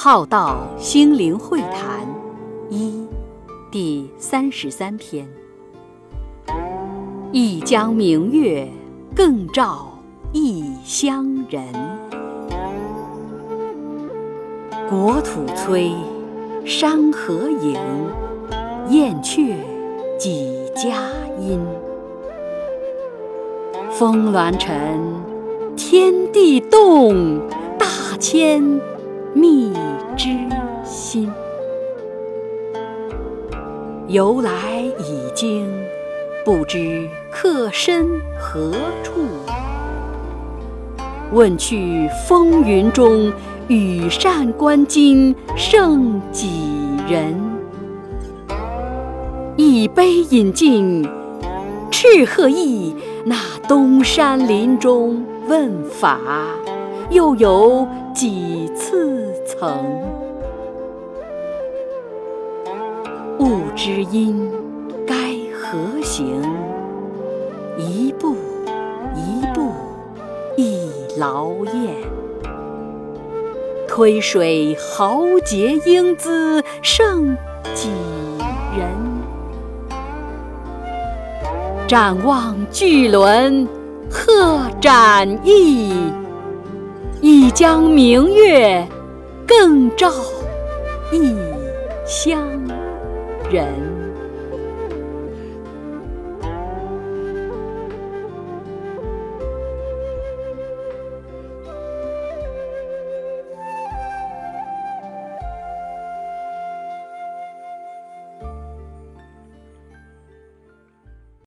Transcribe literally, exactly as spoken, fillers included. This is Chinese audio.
浩道心灵会谈一第三十三篇。一江明月更照异乡人，国土催，山河影，燕雀几家音。峰峦沉，天地动，大千密之心。由来已经，不知客身何处。问去风云中，羽扇纶巾剩几人？一杯饮尽，赤鹤意那东山林中问法，又有几次曾？悟知因该何行？一步一步一劳燕。推水豪杰英姿剩几人？展望巨轮贺展翼，一江明月更照异乡人。